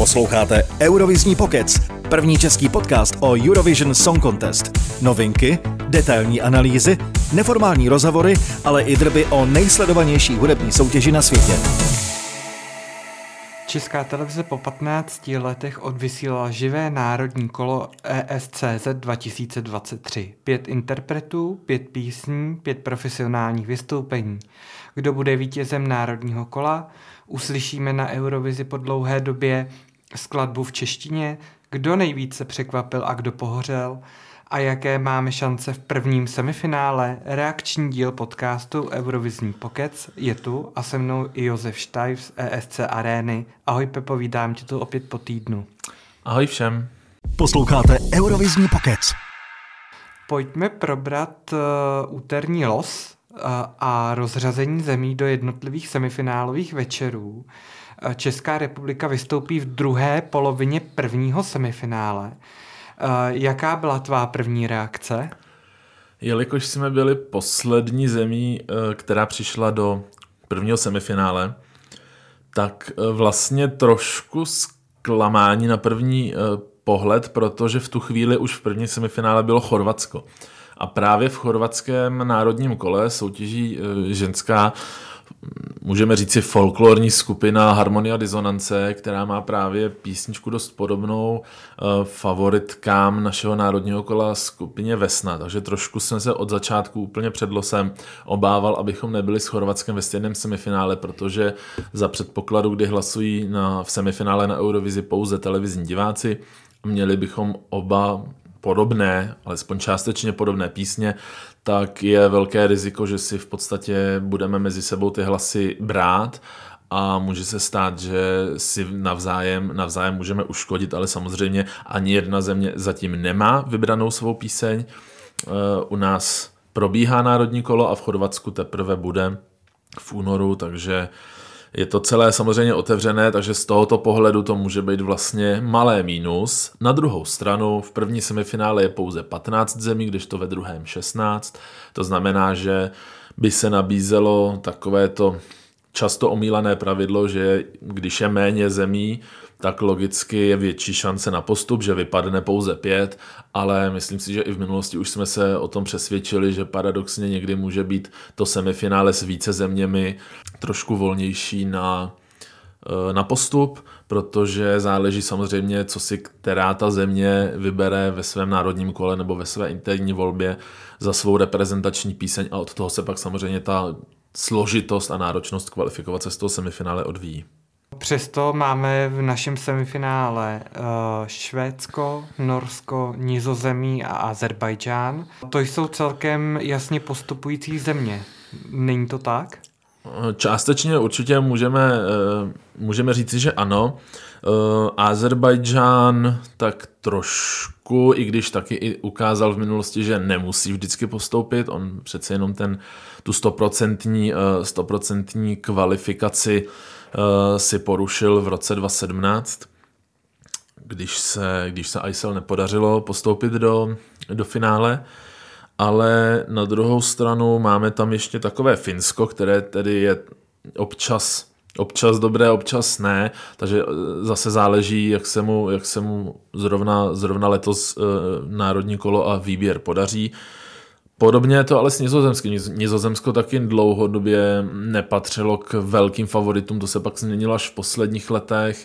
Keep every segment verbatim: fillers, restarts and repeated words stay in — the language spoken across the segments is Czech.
Posloucháte Eurovizní pokec, první český podcast o Eurovision Song Contest. Novinky, detailní analýzy, neformální rozhovory, ale i drby o nejsledovanější hudební soutěži na světě. Česká televize po patnácti letech odvysílala živé národní kolo E S C Z dva tisíce dvacet tři. Pět interpretů, pět písní, pět profesionálních vystoupení. Kdo bude vítězem národního kola? Uslyšíme na Eurovizi po dlouhé době skladbu v češtině. Kdo nejvíce překvapil a kdo pohořel? A jaké máme šance v prvním semifinále? Reakční díl podcastu Eurovizní pokec je tu a se mnou i Josef Štajf z E S C Arény. Ahoj Pepo, vítám tě tu opět po týdnu. Ahoj všem. Posloucháte Eurovizní pokec. Pojďme probrat uh, úterní los uh, a rozřazení zemí do jednotlivých semifinálových večerů. Uh, Česká republika vystoupí v druhé polovině prvního semifinále. Uh, jaká byla tvá první reakce? Jelikož jsme byli poslední zemí, která přišla do prvního semifinále, tak vlastně trošku zklamání na první pohled, protože v tu chvíli už v první semifinále bylo Chorvatsko. A právě v chorvatském národním kole soutěží ženská, můžeme říci folklorní skupina Harmonia Disonance, která má právě písničku dost podobnou uh, favoritkám našeho národního kola skupině Vesna. Takže trošku jsem se od začátku úplně před losem obával, abychom nebyli s Chorvatskem ve stejném semifinále, protože za předpokladu, kdy hlasují na, v semifinále na Eurovizi pouze televizní diváci, měli bychom oba podobné, alespoň částečně podobné písně, tak je velké riziko, že si v podstatě budeme mezi sebou ty hlasy brát a může se stát, že si navzájem, navzájem můžeme uškodit, ale samozřejmě ani jedna země zatím nemá vybranou svou píseň. U nás probíhá národní kolo a v Chorvatsku teprve bude v únoru, takže je to celé samozřejmě otevřené, takže z tohoto pohledu to může být vlastně malé mínus. Na druhou stranu v první semifinále je pouze patnáct zemí, když to ve druhém šestnáct. To znamená, že by se nabízelo takovéto často omílané pravidlo, že když je méně zemí, tak logicky je větší šance na postup, že vypadne pouze pět, ale myslím si, že i v minulosti už jsme se o tom přesvědčili, že paradoxně někdy může být to semifinále s více zeměmi trošku volnější na, na postup, protože záleží samozřejmě, co si která ta země vybere ve svém národním kole nebo ve své interní volbě za svou reprezentační píseň a od toho se pak samozřejmě ta složitost a náročnost kvalifikovat se z toho semifinále odvíjí. Přesto máme v našem semifinále uh, Švédsko, Norsko, Nizozemí a Azerbajdžán. To jsou celkem jasně postupující země. Není to tak? Částečně určitě můžeme, můžeme říci, že ano. Azerbajdžán tak trošku, i když taky i ukázal v minulosti, že nemusí vždycky postoupit, on přece jenom ten, tu stoprocentní, stoprocentní kvalifikaci si porušil v roce dva tisíce sedmnáct, když se, když se I S L nepodařilo postoupit do, do finále. Ale na druhou stranu máme tam ještě takové Finsko, které tedy je občas, občas dobré, občas ne, takže zase záleží, jak se mu, jak se mu zrovna, zrovna letos e, národní kolo a výběr podaří. Podobně je to ale s Nizozemským. Nizozemsko taky dlouhodobě nepatřilo k velkým favoritům, to se pak změnilo až v posledních letech.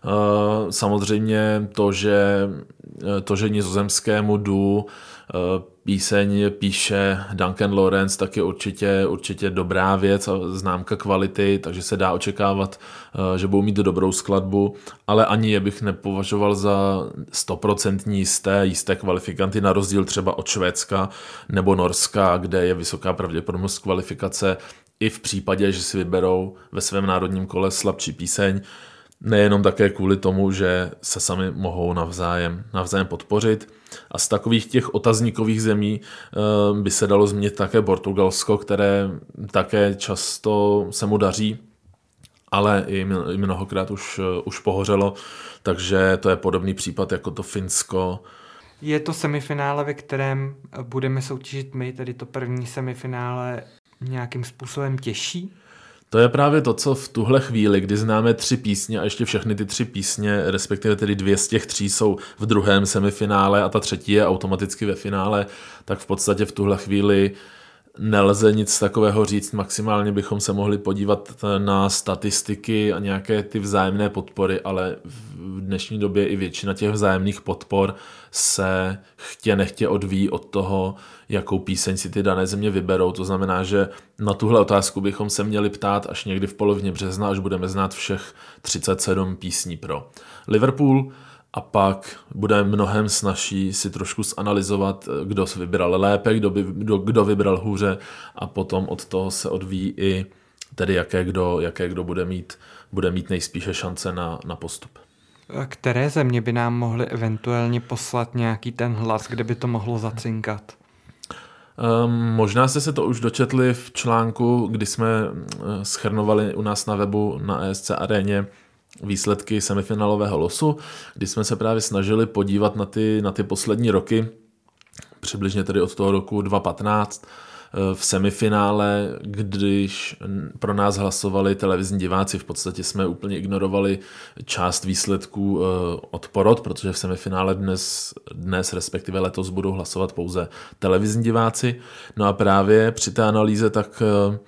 Samozřejmě to, že, to, že nizozemskému du píseň píše Duncan Lawrence, tak je určitě, určitě dobrá věc a známka kvality, takže se dá očekávat, že budou mít dobrou skladbu, ale ani je bych nepovažoval za stoprocentní jisté, jisté kvalifikanty, na rozdíl třeba od Švédska nebo Norska, kde je vysoká pravděpodobnost kvalifikace i v případě, že si vyberou ve svém národním kole slabší píseň, nejenom také kvůli tomu, že se sami mohou navzájem, navzájem podpořit. A z takových těch otazníkových zemí by se dalo zmínit také Portugalsko, které také často se mu daří, ale i mnohokrát už, už pohořelo, takže to je podobný případ jako to Finsko. Je to semifinále, ve kterém budeme soutěžit my, tedy to první semifinále nějakým způsobem těžší? To je právě to, co v tuhle chvíli, kdy známe tři písně a ještě všechny ty tři písně, respektive tedy dvě z těch tří jsou v druhém semifinále a ta třetí je automaticky ve finále, tak v podstatě v tuhle chvíli nelze nic takového říct, maximálně bychom se mohli podívat na statistiky a nějaké ty vzájemné podpory, ale v dnešní době i většina těch vzájemných podpor se chtě nechtě odvíjí od toho, jakou píseň si ty dané země vyberou. To znamená, že na tuhle otázku bychom se měli ptát až někdy v polovině března, až budeme znát všech třicet sedm písní pro Liverpool. A pak bude mnohem snazší si trošku zanalyzovat, kdo se vybral lépe, kdo, by, kdo, kdo vybral hůře a potom od toho se odvíjí i tedy jaké kdo, jaké kdo bude mít, bude mít nejspíše šance na, na postup. Které země by nám mohly eventuálně poslat nějaký ten hlas, kde by to mohlo zacinkat? Um, možná jste se to už dočetli v článku, kdy jsme shrnovali u nás na webu na E S C Aréně výsledky semifinálového losu, kdy jsme se právě snažili podívat na ty, na ty poslední roky, přibližně tedy od toho roku dva tisíce patnáct, v semifinále, když pro nás hlasovali televizní diváci, v podstatě jsme úplně ignorovali část výsledků od porod, protože v semifinále dnes, dnes respektive letos budou hlasovat pouze televizní diváci. No a právě při té analýze tak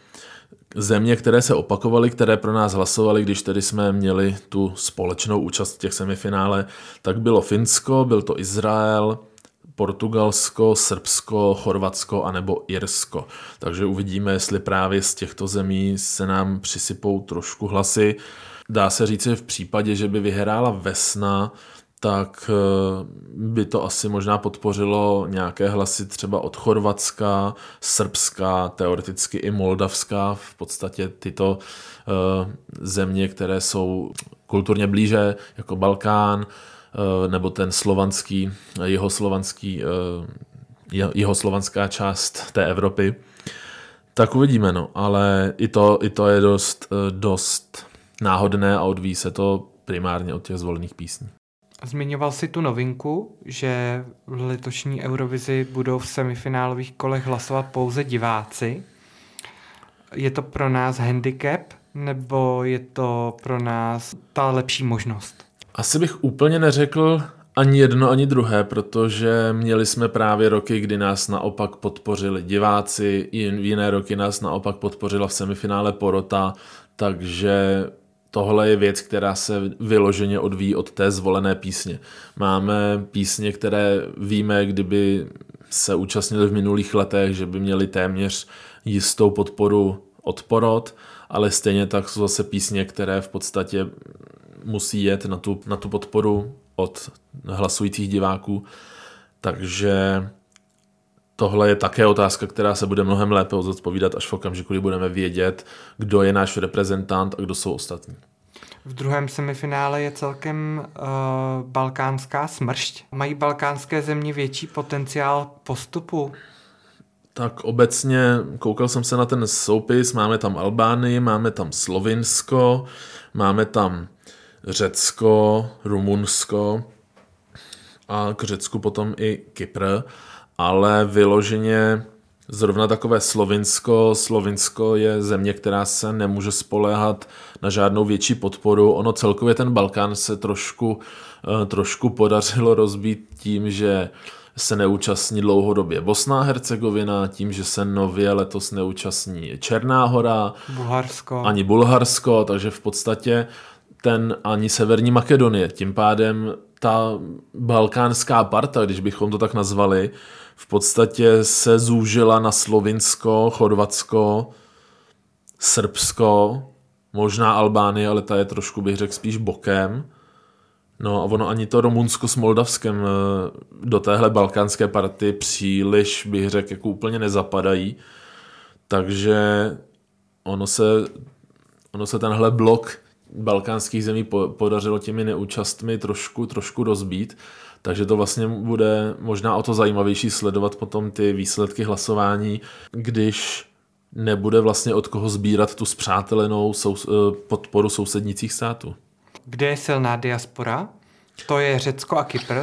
země, které se opakovaly, které pro nás hlasovaly, když tedy jsme měli tu společnou účast v těch semifinále, tak bylo Finsko, byl to Izrael, Portugalsko, Srbsko, Chorvatsko anebo Irsko. Takže uvidíme, jestli právě z těchto zemí se nám přisypou trošku hlasy. Dá se říct, v případě, že by vyhrála Vesna, tak by to asi možná podpořilo nějaké hlasy třeba od Chorvatska, Srbska, teoreticky i Moldavska, v podstatě tyto uh, země, které jsou kulturně blíže, jako Balkán, uh, nebo ten slovanský, jihoslovanský, uh, jihoslovanská část té Evropy. Tak uvidíme, no, ale i to, i to je dost, uh, dost náhodné a odvíjí se to primárně od těch zvolených písní. Zmiňoval si tu novinku, že v letošní Eurovizi budou v semifinálových kolech hlasovat pouze diváci. Je to pro nás handicap, nebo je to pro nás ta lepší možnost? Asi bych úplně neřekl ani jedno, ani druhé, protože měli jsme právě roky, kdy nás naopak podpořili diváci, jiné roky nás naopak podpořila v semifinále porota, takže tohle je věc, která se vyloženě odvíjí od té zvolené písně. Máme písně, které víme, kdyby se účastnili v minulých letech, že by měli téměř jistou podporu od porot, ale stejně tak jsou zase písně, které v podstatě musí jet na tu, na tu podporu od hlasujících diváků. Takže tohle je také otázka, která se bude mnohem lépe odpovídat až v okamžiku, kdy budeme vědět, kdo je náš reprezentant a kdo jsou ostatní. V druhém semifinále je celkem uh, balkánská smršť. Mají balkánské země větší potenciál postupu? Tak obecně koukal jsem se na ten soupis, máme tam Albánii, máme tam Slovinsko, máme tam Řecko, Rumunsko a k Řecku potom i Kypr. Ale vyloženě zrovna takové Slovinsko. Slovinsko je země, která se nemůže spoléhat na žádnou větší podporu. Ono celkově ten Balkán se trošku, trošku podařilo rozbít tím, že se neúčastní dlouhodobě Bosna a Hercegovina, tím, že se nově letos neúčastní Černá Hora, Bulharsko. ani Bulharsko, takže v podstatě ten ani Severní Makedonie. Tím pádem ta balkánská parta, když bychom to tak nazvali, v podstatě se zúžila na Slovinsko, Chorvatsko, Srbsko, možná Albánie, ale ta je trošku, bych řekl, spíš bokem. No a ono ani to Rumunsko s Moldavskem do téhle balkánské party příliš, bych řekl, jako úplně nezapadají. Takže ono se, ono se tenhle blok balkánských zemí podařilo těmi neúčastmi trošku, trošku rozbít. Takže to vlastně bude možná o to zajímavější sledovat potom ty výsledky hlasování, když nebude vlastně od koho sbírat tu spřátelenou sou, podporu sousednících států. Kde je silná diaspora? To je Řecko a Kypr.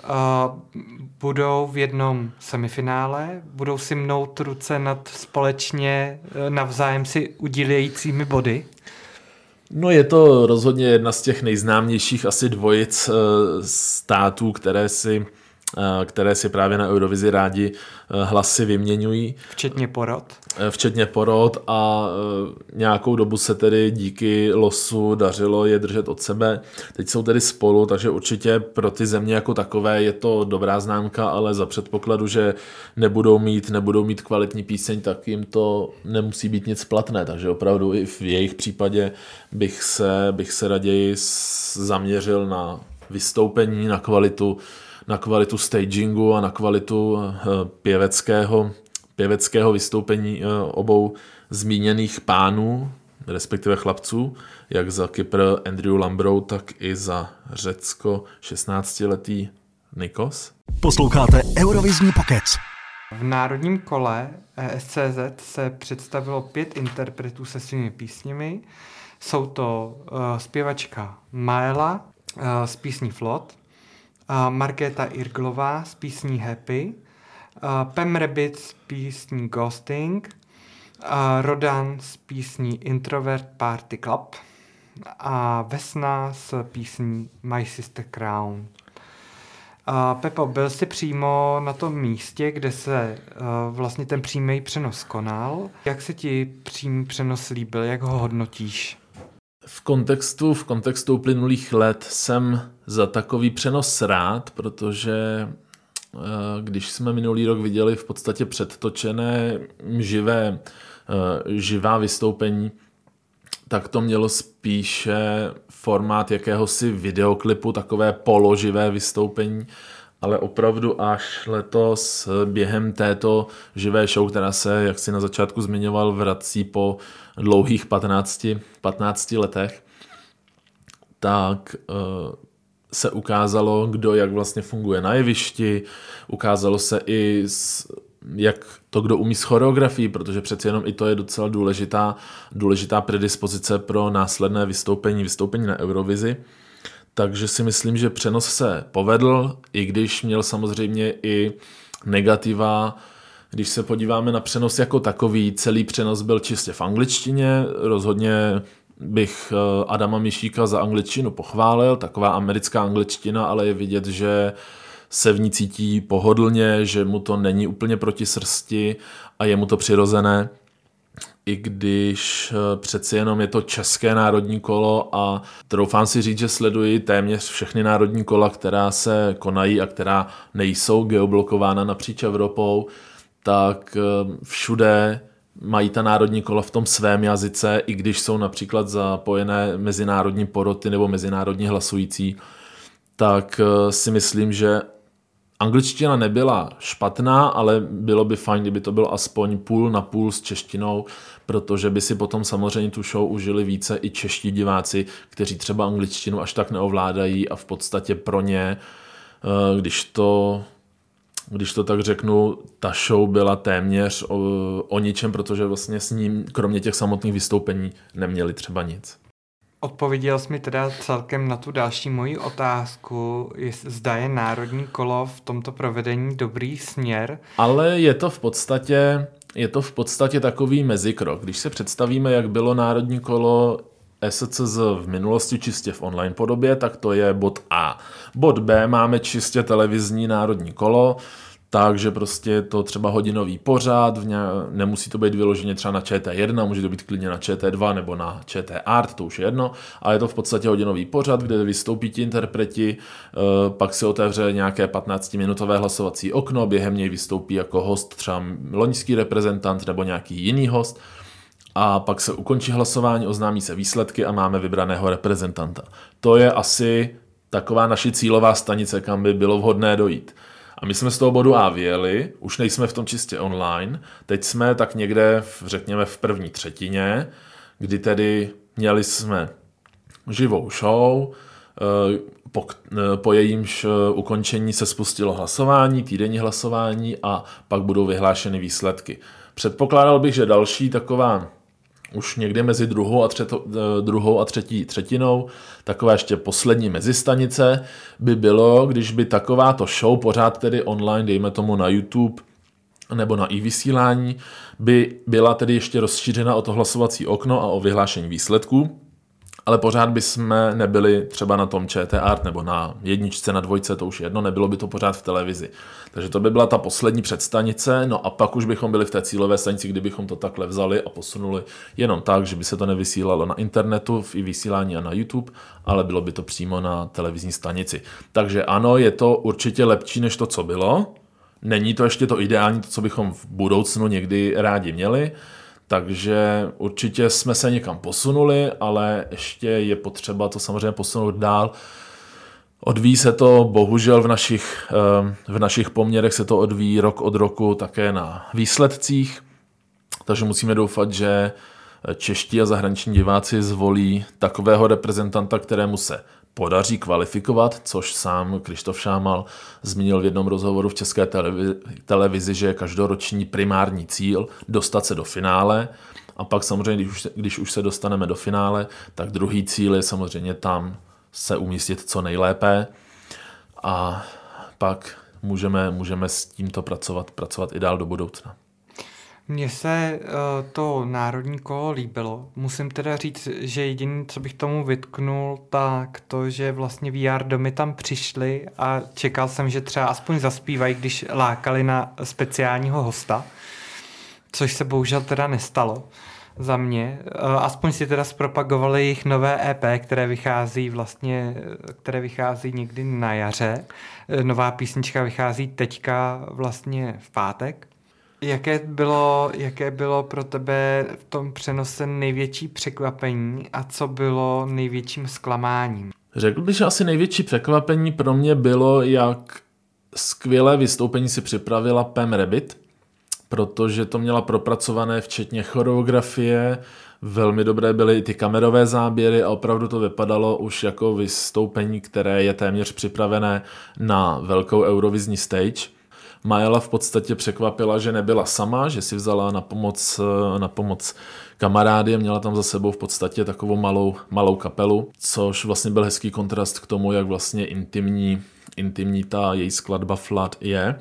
Budou v jednom semifinále, budou si mnout ruce nad společně navzájem si udílejícími body. No je to rozhodně jedna z těch nejznámějších asi dvojic států, které si, které si právě na Eurovizi rádi hlasy vyměňují. Včetně porod. Včetně porod a nějakou dobu se tedy díky losu dařilo je držet od sebe. Teď jsou tedy spolu, takže určitě pro ty země jako takové je to dobrá známka, ale za předpokladu, že nebudou mít, nebudou mít kvalitní píseň, tak jim to nemusí být nic platné. Takže opravdu i v jejich případě bych se, bych se raději zaměřil na vystoupení, na kvalitu na kvalitu stagingu a na kvalitu pěveckého, pěveckého vystoupení obou zmíněných pánů, respektive chlapců, jak za Kypr Andrew Lambrou, tak i za Řecko šestnáctiletý Nikos. Posloucháte Eurovizní pokec. V národním kole E S C Z se představilo pět interpretů se svými písněmi. Jsou to uh, zpěvačka Maela uh, z písní Flot, Markéta Irglová z písní Happy, Pam Rabbit z písní Ghosting, Rodan z písní Introvert Party Club a Vesna z písní My Sister Crown. Pepo, byl jsi přímo na tom místě, kde se vlastně ten přímý přenos konal. Jak se ti přímý přenos líbil, jak ho hodnotíš? V kontextu, v kontextu uplynulých let jsem za takový přenos rád, protože když jsme minulý rok viděli v podstatě předtočené živé, živá vystoupení, tak to mělo spíše formát jakéhosi videoklipu, takové položivé vystoupení, ale opravdu až letos během této živé show, která se, jak si na začátku zmiňoval, vrací po dlouhých patnácti, patnácti letech, tak uh, se ukázalo, kdo jak vlastně funguje na jevišti, ukázalo se i s, jak to, kdo umí s choreografií, protože přeci jenom i to je docela důležitá, důležitá predispozice pro následné vystoupení, vystoupení na Eurovizi. Takže si myslím, že přenos se povedl, i když měl samozřejmě i negativa. Když se podíváme na přenos jako takový, celý přenos byl čistě v angličtině. Rozhodně bych Adama Mišíka za angličtinu pochválil, taková americká angličtina, ale je vidět, že se v ní cítí pohodlně, že mu to není úplně proti srsti a je mu to přirozené. I když přeci jenom je to české národní kolo a troufám si říct, že sleduji téměř všechny národní kola, která se konají a která nejsou geoblokována napříč Evropou, tak všude mají ta národní kola v tom svém jazyce, i když jsou například zapojené mezinárodní poroty nebo mezinárodní hlasující, tak si myslím, že angličtina nebyla špatná, ale bylo by fajn, kdyby to bylo aspoň půl na půl s češtinou, protože by si potom samozřejmě tu show užili více i čeští diváci, kteří třeba angličtinu až tak neovládají a v podstatě pro ně, když to, když to tak řeknu, ta show byla téměř o, o ničem, protože vlastně s ním, kromě těch samotných vystoupení, neměli třeba nic. Odpověděl jsi mi teda celkem na tu další moji otázku, zda je národní kolo v tomto provedení dobrý směr. Ale je to v podstatě, je to v podstatě takový mezikrok. Když se představíme, jak bylo národní kolo E S C Z v minulosti čistě v online podobě, tak to je bod A. Bod B máme čistě televizní národní kolo, takže prostě je to třeba hodinový pořad, v ně, nemusí to být vyloženě třeba na Č T jedna, může to být klidně na Č T dva nebo na Č T Art, to už je jedno, ale je to v podstatě hodinový pořad, kde vystoupí ti interpreti, pak se otevře nějaké patnáctiminutové hlasovací okno, během něj vystoupí jako host třeba loňský reprezentant nebo nějaký jiný host a pak se ukončí hlasování, oznámí se výsledky a máme vybraného reprezentanta. To je asi taková naše cílová stanice, kam by bylo vhodné dojít. A my jsme z toho bodu A vyjeli, už nejsme v tom čistě online, teď jsme tak někde, v, řekněme, v první třetině, kdy tedy měli jsme živou show, po, po jejímž ukončení se spustilo hlasování, týdenní hlasování a pak budou vyhlášeny výsledky. Předpokládal bych, že další taková už někdy mezi druhou a, třeto, druhou a třetí třetinou, taková ještě poslední mezistanice by bylo, když by takováto show pořád tedy online, dejme tomu na YouTube nebo na i-vysílání, by byla tedy ještě rozšířena o to hlasovací okno a o vyhlášení výsledků, ale pořád by jsme nebyli třeba na tom Č T Art nebo na jedničce, na dvojce, to už jedno, nebylo by to pořád v televizi. Takže to by byla ta poslední předstanice, no a pak už bychom byli v té cílové stanici, kdybychom to takhle vzali a posunuli jenom tak, že by se to nevysílalo na internetu, v i vysílání a na YouTube, ale bylo by to přímo na televizní stanici. Takže ano, je to určitě lepší než to, co bylo. Není to ještě to ideální, to, co bychom v budoucnu někdy rádi měli, takže určitě jsme se někam posunuli, ale ještě je potřeba to samozřejmě posunout dál. Odvíjí se to, bohužel v našich, v našich poměrech se to odvíjí rok od roku také na výsledcích, takže musíme doufat, že čeští a zahraniční diváci zvolí takového reprezentanta, kterému se podaří kvalifikovat, což sám Krištof Šámal zmínil v jednom rozhovoru v České televizi, televizi, že je každoroční primární cíl dostat se do finále a pak samozřejmě, když už, když už se dostaneme do finále, tak druhý cíl je samozřejmě tam se umístit co nejlépe a pak můžeme, můžeme s tímto pracovat, pracovat i dál do budoucna. Mně se uh, to národní kolo líbilo. Musím teda říct, že jediné, co bych tomu vytknul, tak to, že vlastně V R domy tam přišly a čekal jsem, že třeba aspoň zaspívají, když lákali na speciálního hosta, což se bohužel teda nestalo za mě. Uh, aspoň si teda zpropagovali jejich nové E P, které vychází vlastně, které vychází někdy na jaře. Uh, nová písnička vychází teďka vlastně v pátek. Jaké bylo, jaké bylo pro tebe v tom přenose největší překvapení a co bylo největším zklamáním? Řekl bych, že asi největší překvapení pro mě bylo, jak skvělé vystoupení si připravila Pam Rabbit, protože to měla propracované včetně choreografie, velmi dobré byly i ty kamerové záběry a opravdu to vypadalo už jako vystoupení, které je téměř připravené na velkou eurovizní stage. Majela v podstatě překvapila, že nebyla sama, že si vzala na pomoc, na pomoc kamarády, měla tam za sebou v podstatě takovou malou, malou kapelu, což vlastně byl hezký kontrast k tomu, jak vlastně intimní, intimní ta její skladba Flood je.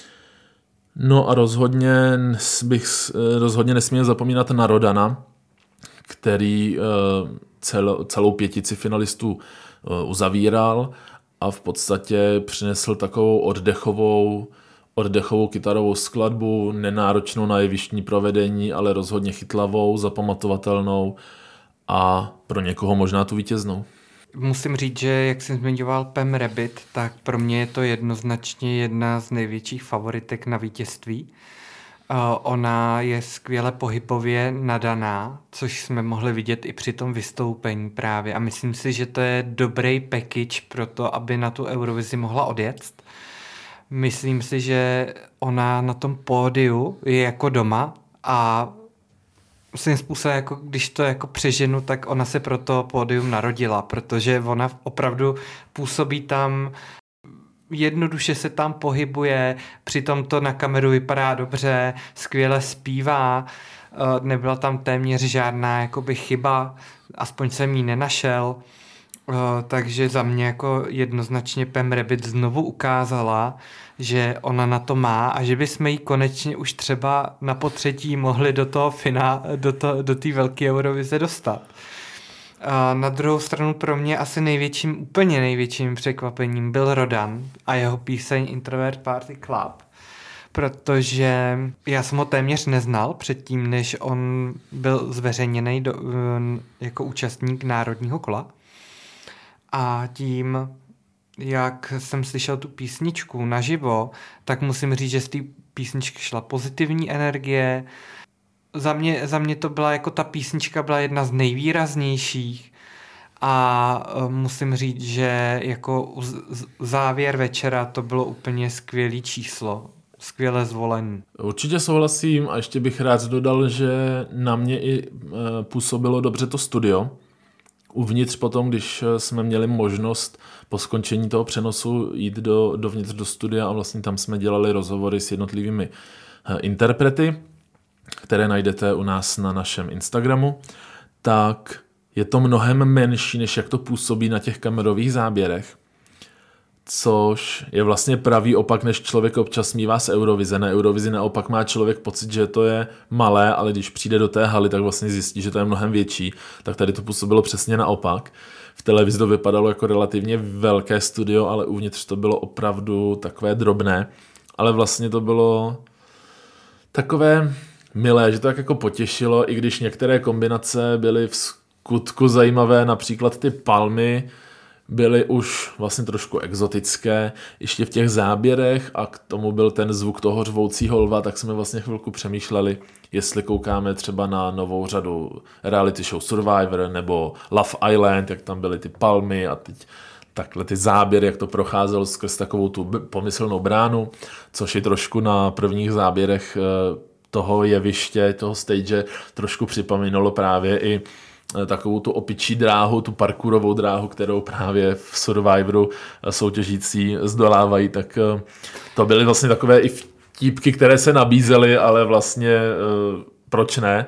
No a rozhodně bych rozhodně nesměl zapomínat na Rodana, který cel, celou pětici finalistů uzavíral a v podstatě přinesl takovou oddechovou oddechovou kytarovou skladbu, nenáročnou na jevištní provedení, ale rozhodně chytlavou, zapamatovatelnou a pro někoho možná tu vítěznou. Musím říct, že jak jsem zmiňoval Pam Rabbit, tak pro mě je to jednoznačně jedna z největších favoritek na vítězství. Uh, ona je skvěle pohybově nadaná, což jsme mohli vidět i při tom vystoupení právě a myslím si, že to je dobrý package pro to, aby na tu Eurovizi mohla odjet. Myslím si, že ona na tom pódiu je jako doma a svým způsobem, jako když to jako přeženu, tak ona se pro to pódium narodila, protože ona opravdu působí tam, jednoduše se tam pohybuje, přitom to na kameru vypadá dobře, skvěle zpívá, nebyla tam téměř žádná jakoby chyba, aspoň jsem ji nenašel. Uh, takže za mě jako jednoznačně Pam Rabbit znovu ukázala, že ona na to má a že bychom ji konečně už třeba na potřetí mohli do toho finá, do to, do té velké Eurovize dostat. Uh, na druhou stranu pro mě asi největším, úplně největším překvapením byl Rodan a jeho píseň Introvert Party Club, protože já jsem ho téměř neznal předtím, než on byl zveřejněný do, uh, jako účastník národního kola. A tím, jak jsem slyšel tu písničku naživo, tak musím říct, že z té písničky šla pozitivní energie. Za mě, za mě to byla jako ta písnička byla jedna z nejvýraznějších a musím říct, že jako závěr večera to bylo úplně skvělý číslo. Skvěle zvolený. Určitě souhlasím a ještě bych rád dodal, že na mě i působilo dobře to studio. Uvnitř potom, když jsme měli možnost po skončení toho přenosu jít do, dovnitř do studia a vlastně tam jsme dělali rozhovory s jednotlivými interprety, které najdete u nás na našem Instagramu, tak je to mnohem menší, než jak to působí na těch kamerových záběrech. Což je vlastně pravý opak, než člověk občas mívá z Eurovize. Na Eurovizi naopak má člověk pocit, že to je malé, ale když přijde do té haly, tak vlastně zjistí, že to je mnohem větší. Tak tady to působilo přesně naopak. V televizi to vypadalo jako relativně velké studio, ale uvnitř to bylo opravdu takové drobné. Ale vlastně to bylo takové milé, že to tak jako potěšilo, i když některé kombinace byly v skutku zajímavé, například ty palmy byly už vlastně trošku exotické, ještě v těch záběrech, a k tomu byl ten zvuk toho řvoucího lva, tak jsme vlastně chvilku přemýšleli, jestli koukáme třeba na novou řadu reality show Survivor nebo Love Island, jak tam byly ty palmy a teď takhle ty záběry, jak to procházelo skrz takovou tu pomyslnou bránu, což je trošku na prvních záběrech toho jeviště, toho stage trošku připomínalo právě i takovou tu opičí dráhu, tu parkourovou dráhu, kterou právě v Survivoru soutěžící zdolávají, tak to byly vlastně takové i vtípky, které se nabízely, ale vlastně proč ne?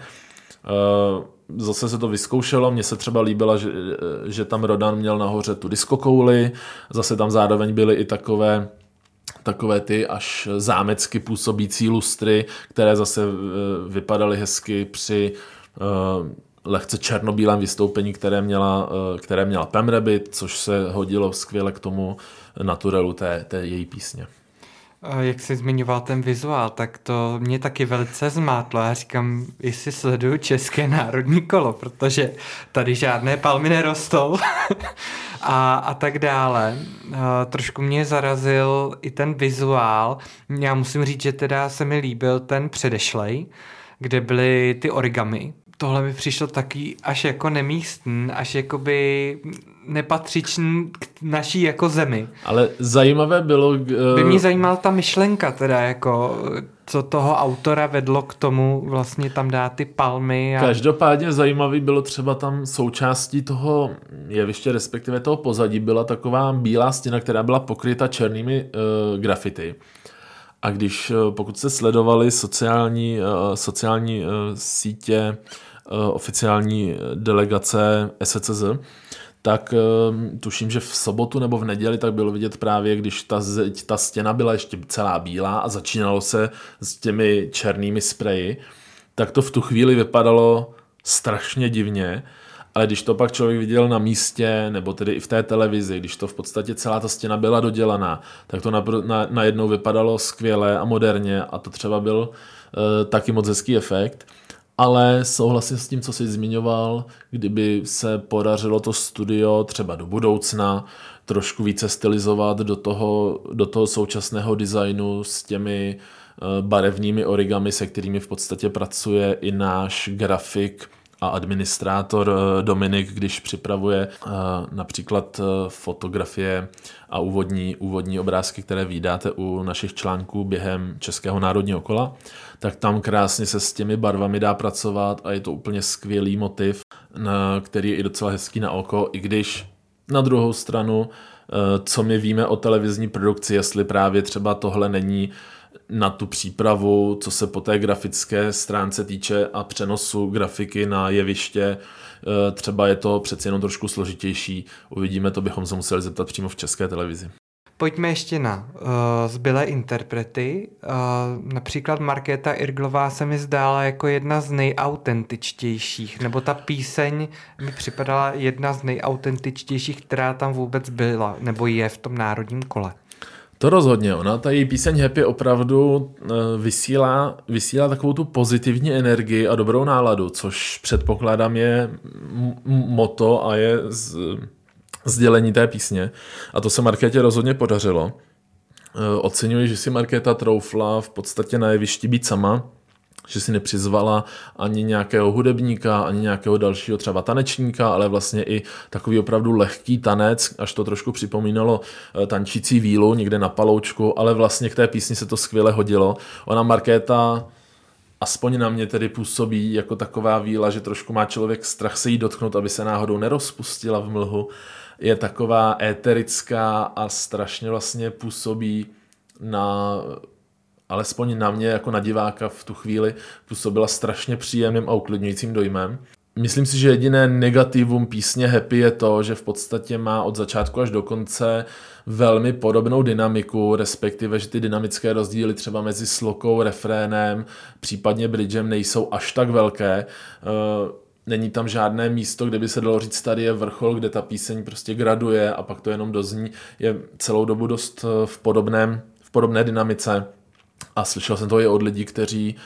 Zase se to vyzkoušelo, mně se třeba líbilo, že, že tam Rodan měl nahoře tu diskokouli, zase tam zároveň byly i takové takové ty až zámecky působící lustry, které zase vypadaly hezky při lehce černobílém vystoupení, které měla, které měla Pam Rabbit, což se hodilo skvěle k tomu naturelu té, té její písně. Jak jsi zmiňoval ten vizuál, tak to mě taky velice zmátlo. Já říkám, jestli sleduju České národní kolo, protože tady žádné palmy nerostou a, a tak dále. Trošku mě zarazil i ten vizuál. Já musím říct, že teda se mi líbil ten předešlej, kde byly ty origami. Tohle mi přišlo taky až jako nemístný, až jakoby nepatřičný k naší jako zemi. Ale zajímavé bylo... Uh... By mě zajímala ta myšlenka teda, jako co toho autora vedlo k tomu vlastně tam dát ty palmy. A... Každopádně zajímavý bylo třeba tam součástí toho jeviště, respektive toho pozadí, byla taková bílá stěna, která byla pokryta černými uh, grafity. A když, pokud se sledovali sociální, sociální sítě oficiální delegace S C Z, tak tuším, že v sobotu nebo v neděli tak bylo vidět právě, když ta, ta stěna byla ještě celá bílá a začínalo se s těmi černými spreji, tak to v tu chvíli vypadalo strašně divně. Ale když to pak člověk viděl na místě, nebo tedy i v té televizi, když to v podstatě celá ta stěna byla dodělaná, tak to najednou na, na vypadalo skvěle a moderně a to třeba byl e, taky moc hezký efekt. Ale souhlasím s tím, co jsi zmiňoval, kdyby se podařilo to studio třeba do budoucna trošku více stylizovat do toho, do toho současného designu s těmi e, barevnými origami, se kterými v podstatě pracuje i náš grafik a administrátor Dominik, když připravuje například fotografie a úvodní, úvodní obrázky, které vydáte u našich článků během Českého národního kola, tak tam krásně se s těmi barvami dá pracovat a je to úplně skvělý motiv, který je i docela hezký na oko, i když na druhou stranu, co my víme o televizní produkci, jestli právě třeba tohle není na tu přípravu, co se po té grafické stránce týče a přenosu grafiky na jeviště, třeba je to přeci jenom trošku složitější. Uvidíme, to bychom se museli zeptat přímo v České televizi. Pojďme ještě na uh, zbylé interprety. Uh, například Markéta Irglová se mi zdála jako jedna z nejautentičtějších, nebo ta píseň mi připadala jedna z nejautentičtějších, která tam vůbec byla, nebo je v tom národním kole. To rozhodně, ona, ta její píseň Happy opravdu vysílá, vysílá takovou tu pozitivní energii a dobrou náladu, což předpokládám je m- moto a je z, sdělení té písně. A to se Markétě rozhodně podařilo. Oceňuji, že si Markéta troufla v podstatě na jevišti být sama, že si nepřizvala ani nějakého hudebníka, ani nějakého dalšího třeba tanečníka, ale vlastně i takový opravdu lehký tanec, až to trošku připomínalo tančící vílu někde na paloučku, ale vlastně k té písni se to skvěle hodilo. Ona Markéta aspoň na mě tedy působí jako taková víla, že trošku má člověk strach se jí dotknout, aby se náhodou nerozpustila v mlhu. Je taková éterická a strašně vlastně působí na alespoň na mě jako na diváka v tu chvíli působila strašně příjemným a uklidňujícím dojmem. Myslím si, že jediné negativum písně Happy je to, že v podstatě má od začátku až do konce velmi podobnou dynamiku, respektive, že ty dynamické rozdíly třeba mezi slokou, refrénem, případně bridgem nejsou až tak velké. Není tam žádné místo, kde by se dalo říct, tady je vrchol, kde ta píseň prostě graduje a pak to jenom dozní. Je celou dobu dost v podobném, v podobné dynamice. A slyšel jsem to i od lidí, kteří,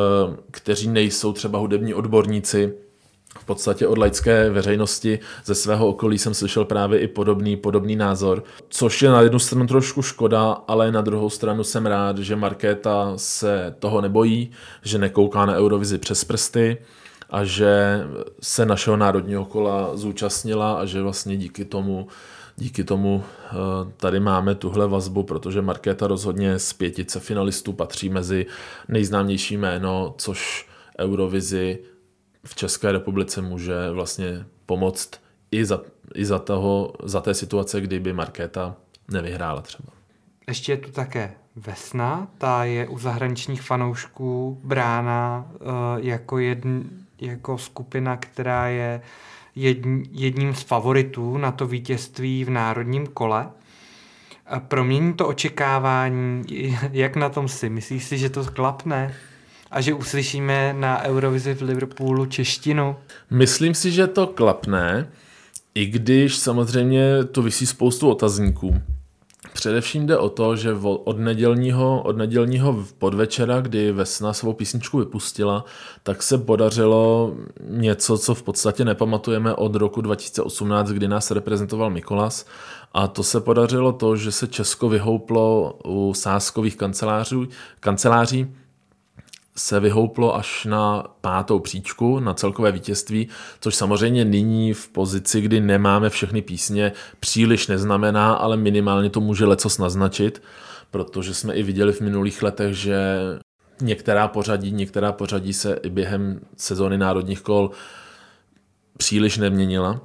kteří nejsou třeba hudební odborníci. V podstatě od laické veřejnosti ze svého okolí jsem slyšel právě i podobný, podobný názor. Což je na jednu stranu trošku škoda, ale na druhou stranu jsem rád, že Markéta se toho nebojí, že nekouká na Eurovizi přes prsty a že se našeho národního kola zúčastnila a že vlastně díky tomu, díky tomu tady máme tuhle vazbu, protože Markéta rozhodně z pětice finalistů patří mezi nejznámější jméno, což Eurovizi v České republice může vlastně pomoct i za, i za, toho, za té situace, kdyby Markéta nevyhrála třeba. Ještě je tu také Vesna, ta je u zahraničních fanoušků brána uh, jako, jedn, jako skupina, která je jedn, jedním z favoritů na to vítězství v národním kole. A promění to očekávání, jak na tom si? Myslíš si, že to klapne? A že uslyšíme na Eurovizi v Liverpoolu češtinu? Myslím si, že to klapne, i když samozřejmě to visí spoustu otazníků. Především jde o to, že od nedělního, od nedělního podvečera, kdy Vesna svou písničku vypustila, tak se podařilo něco, co v podstatě nepamatujeme od roku dva tisíce osmnáct, kdy nás reprezentoval Mikolas. A to se podařilo to, že se Česko vyhouplo u sázkových kanceláří, kanceláří se vyhouplo až na pátou příčku, na celkové vítězství, což samozřejmě nyní v pozici, kdy nemáme všechny písně, příliš neznamená, ale minimálně to může lecos naznačit, protože jsme i viděli v minulých letech, že některá pořadí, některá pořadí se i během sezóny národních kol příliš neměnila,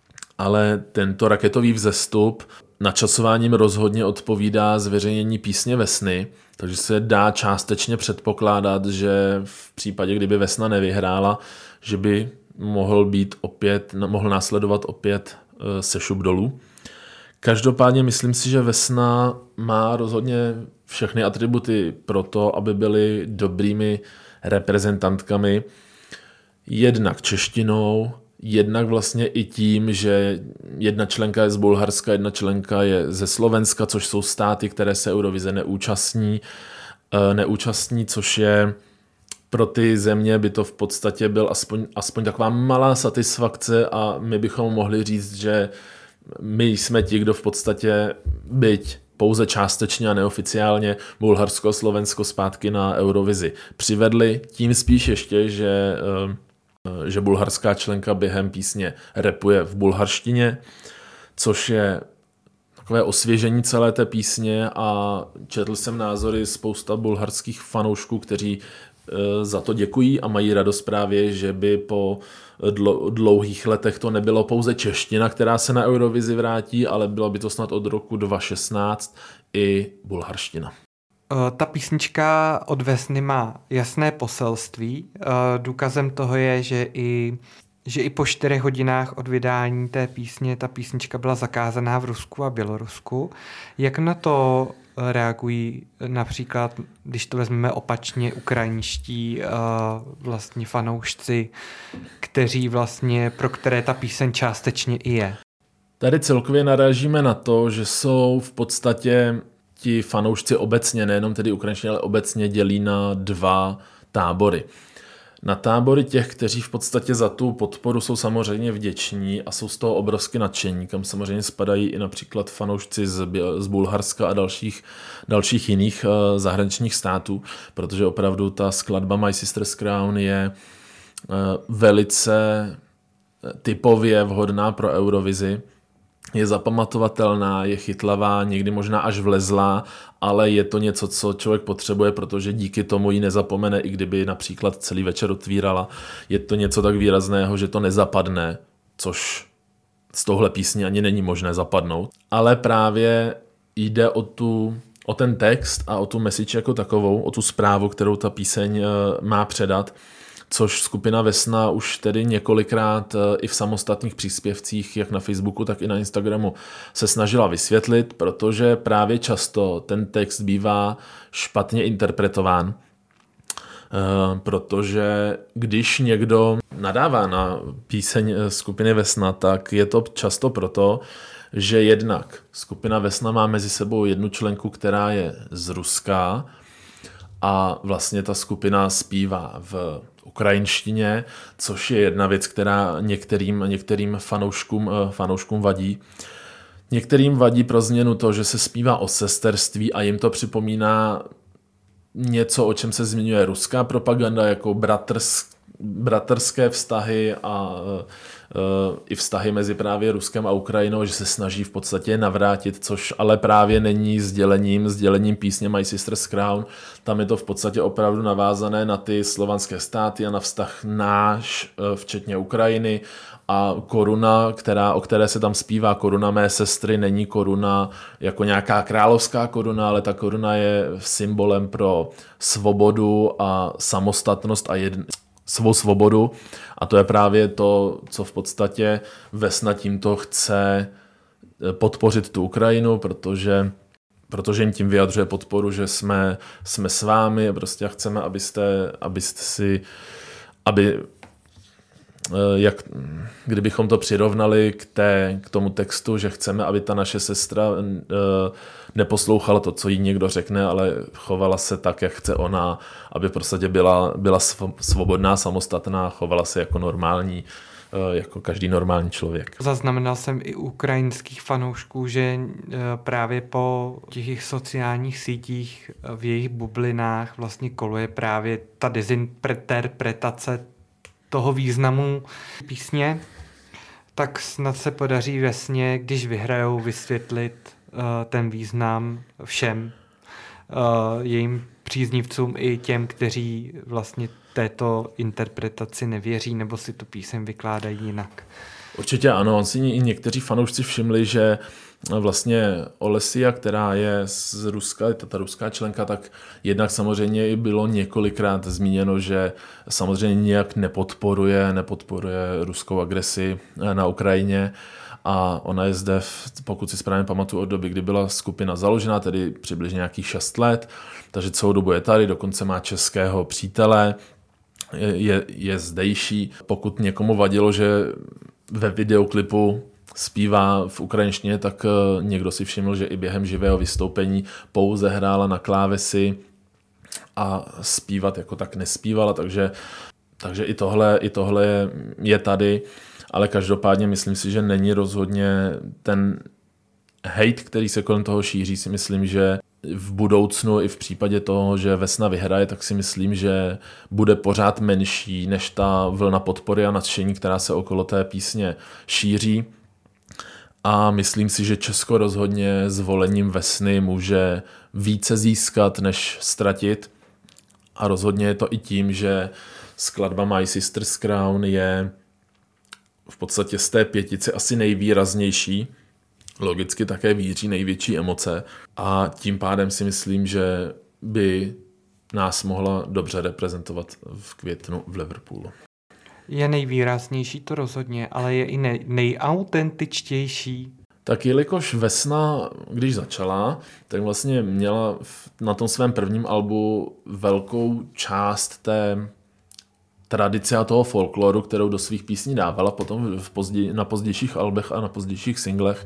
ale tento raketový vzestup načasováním rozhodně odpovídá zveřejnění písně Vesny, takže se dá částečně předpokládat, že v případě, kdyby Vesna nevyhrála, že by mohl být opět, mohl následovat opět sešup dolů. Každopádně myslím si, že Vesna má rozhodně všechny atributy pro to, aby byly dobrými reprezentantkami, jednak češtinou, jednak vlastně i tím, že jedna členka je z Bulharska, jedna členka je ze Slovenska, což jsou státy, které se Eurovize neúčastní, neúčastní, což je pro ty země by to v podstatě byl aspoň, aspoň taková malá satisfakce a my bychom mohli říct, že my jsme ti, kdo v podstatě byť pouze částečně a neoficiálně Bulharsko a Slovensko zpátky na Eurovizi přivedli, tím spíš ještě, že že bulharská členka během písně rapuje v bulharštině, což je takové osvěžení celé té písně a četl jsem názory spousta bulharských fanoušků, kteří za to děkují a mají radost právě, že by po dlouhých letech to nebylo pouze čeština, která se na Eurovizi vrátí, ale bylo by to snad od roku dva tisíce šestnáct i bulharština. Ta písnička od Vesny má jasné poselství. Důkazem toho je, že i, že i po čtyřech hodinách od vydání té písně ta písnička byla zakázaná v Rusku a Bělorusku. Jak na to reagují například, když to vezmeme opačně, ukrajinští vlastně fanoušci, kteří vlastně, pro které ta píseň částečně i je? Tady celkově narážíme na to, že jsou v podstatě ti fanoušci obecně, nejenom tedy ukrajinští, ale obecně dělí na dva tábory. Na tábory těch, kteří v podstatě za tu podporu jsou samozřejmě vděční a jsou z toho obrovsky nadšení, kam samozřejmě spadají i například fanoušci z, z Bulharska a dalších, dalších jiných uh, zahraničních států, protože opravdu ta skladba My Sister's Crown je uh, velice typově vhodná pro Eurovizi. Je zapamatovatelná, je chytlavá, někdy možná až vlezlá, ale je to něco, co člověk potřebuje, protože díky tomu ji nezapomene, i kdyby například celý večer otvírala. Je to něco tak výrazného, že to nezapadne, což z tohle písně ani není možné zapadnout. Ale právě jde o tu, o ten text a o tu message jako takovou, o tu zprávu, kterou ta píseň má předat, což skupina Vesna už tedy několikrát i v samostatných příspěvcích, jak na Facebooku, tak i na Instagramu se snažila vysvětlit, protože právě často ten text bývá špatně interpretován. Protože když někdo nadává na píseň skupiny Vesna, tak je to často proto, že jednak skupina Vesna má mezi sebou jednu členku, která je z Ruska a vlastně ta skupina zpívá v ukrajinštině, což je jedna věc, která některým, některým fanouškům, fanouškům vadí. Některým vadí pro změnu to, že se zpívá o sesterství a jim to připomíná něco, o čem se zmiňuje ruská propaganda, jako bratrsk, bratrské vztahy a uh, i vztahy mezi právě Ruskem a Ukrajinou, že se snaží v podstatě navrátit, což ale právě není sdělením, sdělením písně My Sister's Crown. Tam je to v podstatě opravdu navázané na ty slovanské státy a na vztah náš, uh, včetně Ukrajiny. A koruna, která, o které se tam zpívá, koruna mé sestry, není koruna jako nějaká královská koruna, ale ta koruna je symbolem pro svobodu a samostatnost a jedn... svou svobodu. A to je právě to, co v podstatě Vesna tímto chce podpořit tu Ukrajinu, protože, protože jim tím vyjadřuje podporu, že jsme, jsme s vámi a prostě chceme, abyste, abyste si, aby jak, kdybychom to přirovnali k, té, k tomu textu, že chceme, aby ta naše sestra neposlouchala to, co jí někdo řekne, ale chovala se tak, jak chce ona, aby v podstatě byla, byla svobodná, samostatná, chovala se jako normální, jako každý normální člověk. Zaznamenal jsem i ukrajinských fanoušků, že právě po těch sociálních sítích v jejich bublinách vlastně koluje právě ta dezinterpretace toho významu písně, tak snad se podaří Vesně, když vyhrajou, vysvětlit uh, ten význam všem uh, jejím příznivcům i těm, kteří vlastně této interpretaci nevěří nebo si tu píseň vykládají jinak. Určitě ano, on si i někteří fanoušci všimli, že vlastně Olesia, která je z Ruska, ta ruská členka, tak jednak samozřejmě i bylo několikrát zmíněno, že samozřejmě nějak nepodporuje, nepodporuje ruskou agresi na Ukrajině a ona je zde, pokud si správně pamatuju, od doby, kdy byla skupina založena, tedy přibližně nějakých šest let, takže celou dobu je tady, dokonce má českého přítele, je, je zdejší. Pokud někomu vadilo, že ve videoklipu zpívá v ukrajinštině, tak někdo si všiml, že i během živého vystoupení pouze hrála na klávesi a zpívat jako tak nespívala, takže, takže i tohle, i tohle je, je tady, ale každopádně myslím si, že není rozhodně ten hejt, který se kolem toho šíří, si myslím, že v budoucnu i v případě toho, že Vesna vyhraje, tak si myslím, že bude pořád menší než ta vlna podpory a nadšení, která se okolo té písně šíří. A myslím si, že Česko rozhodně zvolením Vesny může více získat, než ztratit. A rozhodně je to i tím, že skladba My Sister's Crown je v podstatě z té pětice asi nejvýraznější. Logicky také víří největší emoce. A tím pádem si myslím, že by nás mohla dobře reprezentovat v květnu v Liverpoolu. Je nejvýraznější, to rozhodně, ale je i nej, nejautentičtější. Tak jelikož Vesna, když začala, tak vlastně měla na tom svém prvním albu velkou část té tradice a toho folkloru, kterou do svých písní dávala, potom v pozdě, na pozdějších albech a na pozdějších singlech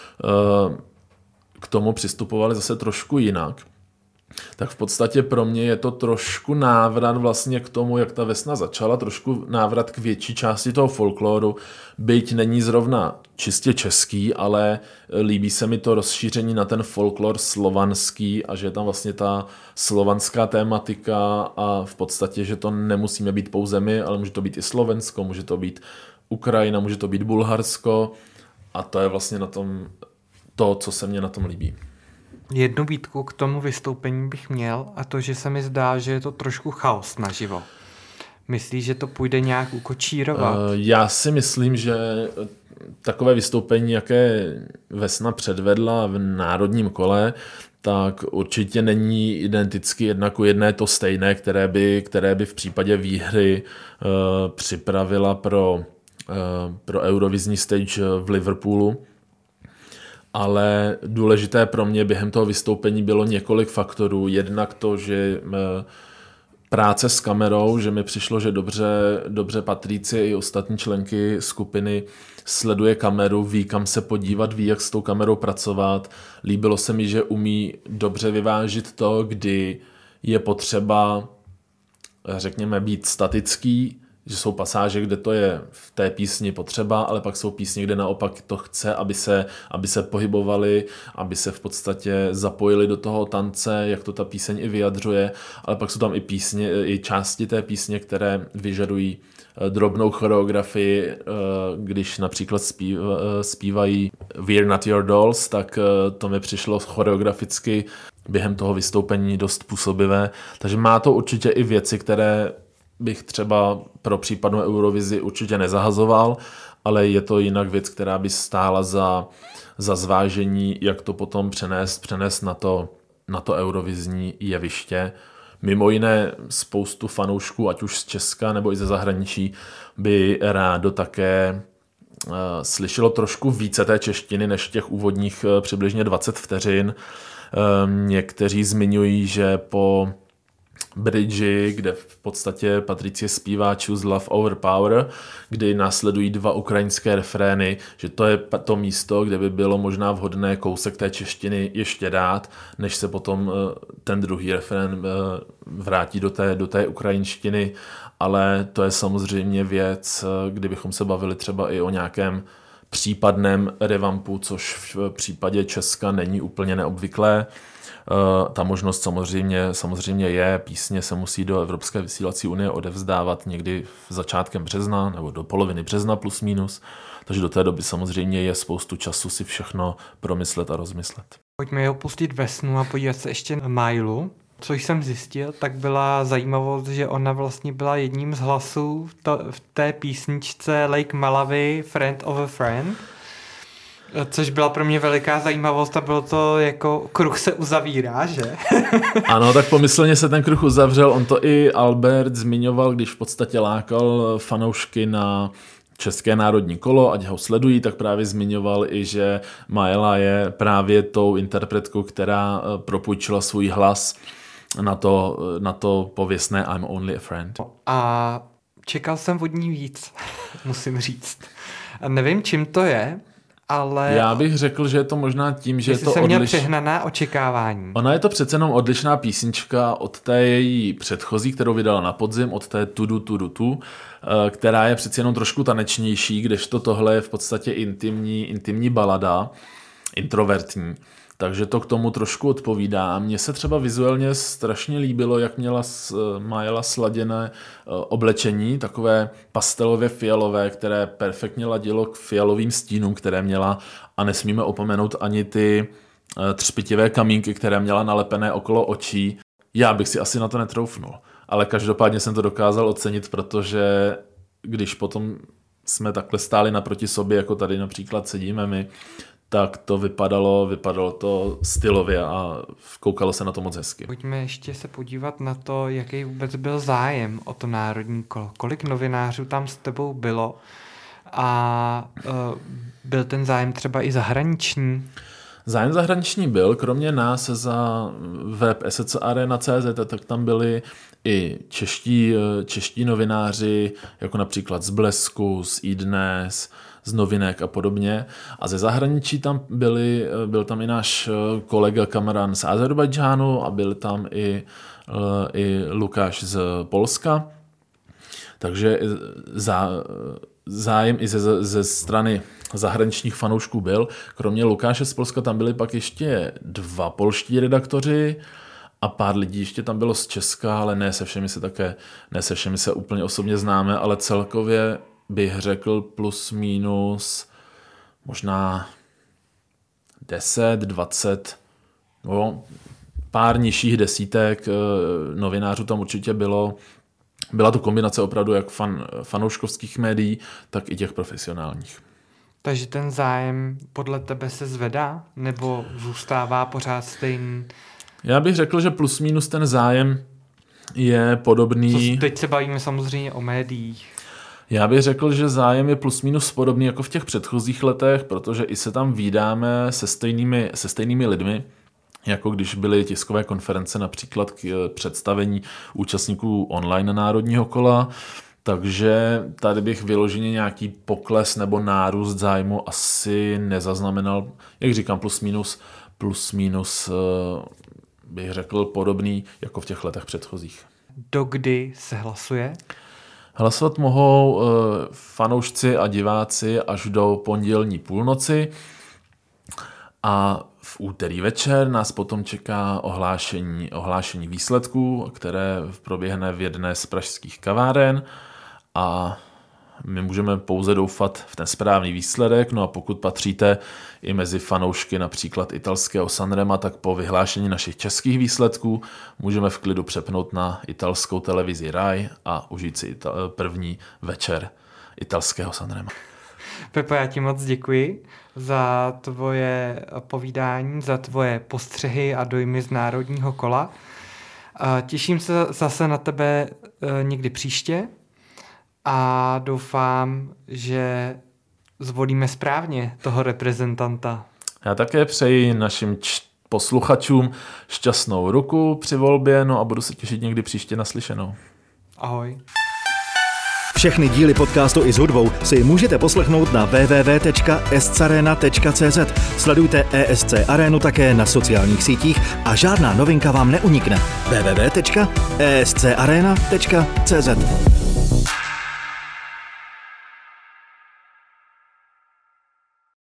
k tomu přistupovali zase trošku jinak. Tak v podstatě pro mě je to trošku návrat vlastně k tomu, jak ta Vesna začala, trošku návrat k větší části toho folkloru, byť není zrovna čistě český, ale líbí se mi to rozšíření na ten folklor slovanský a že je tam vlastně ta slovanská tématika a v podstatě, že to nemusíme být pouze my, ale může to být i Slovensko, může to být Ukrajina, může to být Bulharsko a to je vlastně na tom to, co se mně na tom líbí. Jednu výtku k tomu vystoupení bych měl a to, že se mi zdá, že je to trošku chaos naživo. Myslíš, že to půjde nějak ukočírovat? Já si myslím, že takové vystoupení, jaké Vesna předvedla v národním kole, tak určitě není identicky jedna ku jedné to stejné, které by, které by v případě výhry uh, připravila pro, uh, pro Eurovizní stage v Liverpoolu. Ale důležité pro mě během toho vystoupení bylo několik faktorů. Jednak to, že uh, práce s kamerou, že mi přišlo, že dobře, dobře Patricie i ostatní členky skupiny sleduje kameru, ví, kam se podívat, ví, jak s tou kamerou pracovat. Líbilo se mi, že umí dobře vyvážit to, kdy je potřeba, řekněme, být statický, že jsou pasáže, kde to je v té písni potřeba, ale pak jsou písně, kde naopak to chce, aby se, aby se pohybovali, aby se v podstatě zapojili do toho tance, jak to ta píseň i vyjadřuje, ale pak jsou tam i písně, i části té písně, které vyžadují drobnou choreografii, když například zpívají We're Not Your Dolls, tak to mi přišlo choreograficky během toho vystoupení dost působivé, takže má to určitě i věci, které bych třeba pro případnou Eurovizi určitě nezahazoval, ale je to jinak věc, která by stála za, za zvážení, jak to potom přenést, přenést na to, na to eurovizní jeviště. Mimo jiné spoustu fanoušků, ať už z Česka nebo i ze zahraničí, by rádo také uh, slyšelo trošku více té češtiny než těch úvodních uh, přibližně dvacet vteřin. Uh, někteří zmiňují, že po bridge, kde v podstatě Patricie zpívá Choose Love Over Power, kdy následují dva ukrajinské refrény, že to je to místo, kde by bylo možná vhodné kousek té češtiny ještě dát, než se potom ten druhý refrén vrátí do té, do té ukrajinštiny, ale to je samozřejmě věc, kdybychom se bavili třeba i o nějakém případném revampu, což v případě Česka není úplně neobvyklé. Uh, ta možnost samozřejmě, samozřejmě je, písně se musí do Evropské vysílací unie odevzdávat někdy v začátkem března nebo do poloviny března plus minus, takže do té doby samozřejmě je spoustu času si všechno promyslet a rozmyslet. Pojďme opustit Vesnu a podívat se ještě na Mailu. Co jsem zjistil, tak byla zajímavost, že ona vlastně byla jedním z hlasů v, to, v té písničce Lake Malawi Friend of a Friend. Což byla pro mě veliká zajímavost a bylo to jako kruh se uzavírá, že? Ano, tak pomyslně se ten kruh uzavřel. On to i Albert zmiňoval, když v podstatě lákal fanoušky na České národní kolo, ať ho sledují, tak právě zmiňoval i, že Maela je právě tou interpretkou, která propůjčila svůj hlas na to, na to pověstné I'm only a friend. A čekal jsem od ní víc, musím říct. A nevím, čím to je, ale... Já bych řekl, že je to možná tím, že je to jsem měl odliš... přehnaná očekávání. Ona je to přece jenom odlišná písnička od té její předchozí, kterou vydala na podzim, od té Tudu Tudu Tu, která je přeci jenom trošku tanečnější, kdežto tohle je v podstatě intimní, intimní balada, introvertní. Takže to k tomu trošku odpovídá. Mně se třeba vizuálně strašně líbilo, jak měla Maela sladěné oblečení, takové pastelově fialové, které perfektně ladilo k fialovým stínům, které měla, a nesmíme opomenout ani ty třpitivé kamínky, které měla nalepené okolo očí. Já bych si asi na to netroufnul, ale každopádně jsem to dokázal ocenit, protože když potom jsme takhle stáli naproti sobě, jako tady například sedíme my, tak to vypadalo, vypadalo to stylově a koukalo se na to moc hezky. Pojďme ještě se podívat na to, jaký vůbec byl zájem o to národní kolo. Kolik novinářů tam s tebou bylo a uh, byl ten zájem třeba i zahraniční? Zájem zahraniční byl, kromě nás za web S C Arena tečka cé zet, tak tam byli i čeští, čeští novináři, jako například z Blesku, z iDnes, z Novinek a podobně. A ze zahraničí tam byli, byl tam i náš kolega Kamran z Azerbajdžánu a byl tam i, i Lukáš z Polska. Takže za, zájem i ze, ze strany zahraničních fanoušků byl. Kromě Lukáše z Polska tam byli pak ještě dva polští redaktoři a pár lidí ještě tam bylo z Česka, ale ne se všemi se také, ne se všemi se úplně osobně známe, ale celkově bych řekl plus minus možná deset, dvacet, no, pár nižších desítek novinářů tam určitě bylo byla to kombinace opravdu jak fan, fanouškovských médií, tak i těch profesionálních. Takže ten zájem podle tebe se zvedá, nebo zůstává pořád stejný? Já bych řekl, že plus minus ten zájem je podobný. Co, teď se bavíme samozřejmě o médiích. Já bych řekl, že zájem je plus minus podobný jako v těch předchozích letech, protože i se tam vídáme se stejnými, se stejnými lidmi, jako když byly tiskové konference například k představení účastníků online národního kola. Takže tady bych vyloženě nějaký pokles nebo nárůst zájmu asi nezaznamenal. Jak říkám, plus minus, plus minus bych řekl podobný jako v těch letech předchozích. Dokdy se hlasuje? Hlasovat mohou fanoušci a diváci až do pondělní půlnoci a v úterý večer nás potom čeká ohlášení, ohlášení výsledků, které proběhne v jedné z pražských kaváren a my můžeme pouze doufat v ten správný výsledek, no a pokud patříte i mezi fanoušky například italského Sanrema, tak po vyhlášení našich českých výsledků můžeme v klidu přepnout na italskou televizi Rai a užít si ita- první večer italského Sanrema. Pepo, já ti moc děkuji za tvoje povídání, za tvoje postřehy a dojmy z národního kola. Těším se zase na tebe někdy příště a doufám, že zvolíme správně toho reprezentanta. Já také přeji našim č- posluchačům šťastnou ruku při volbě, no a budu se těšit někdy příště naslyšenou. Ahoj. Všechny díly podcastu i s hudbou si můžete poslechnout na w w w tečka escarena tečka c z. Sledujte E S C Arenu také na sociálních sítích a žádná novinka vám neunikne. w w w tečka escarena tečka c z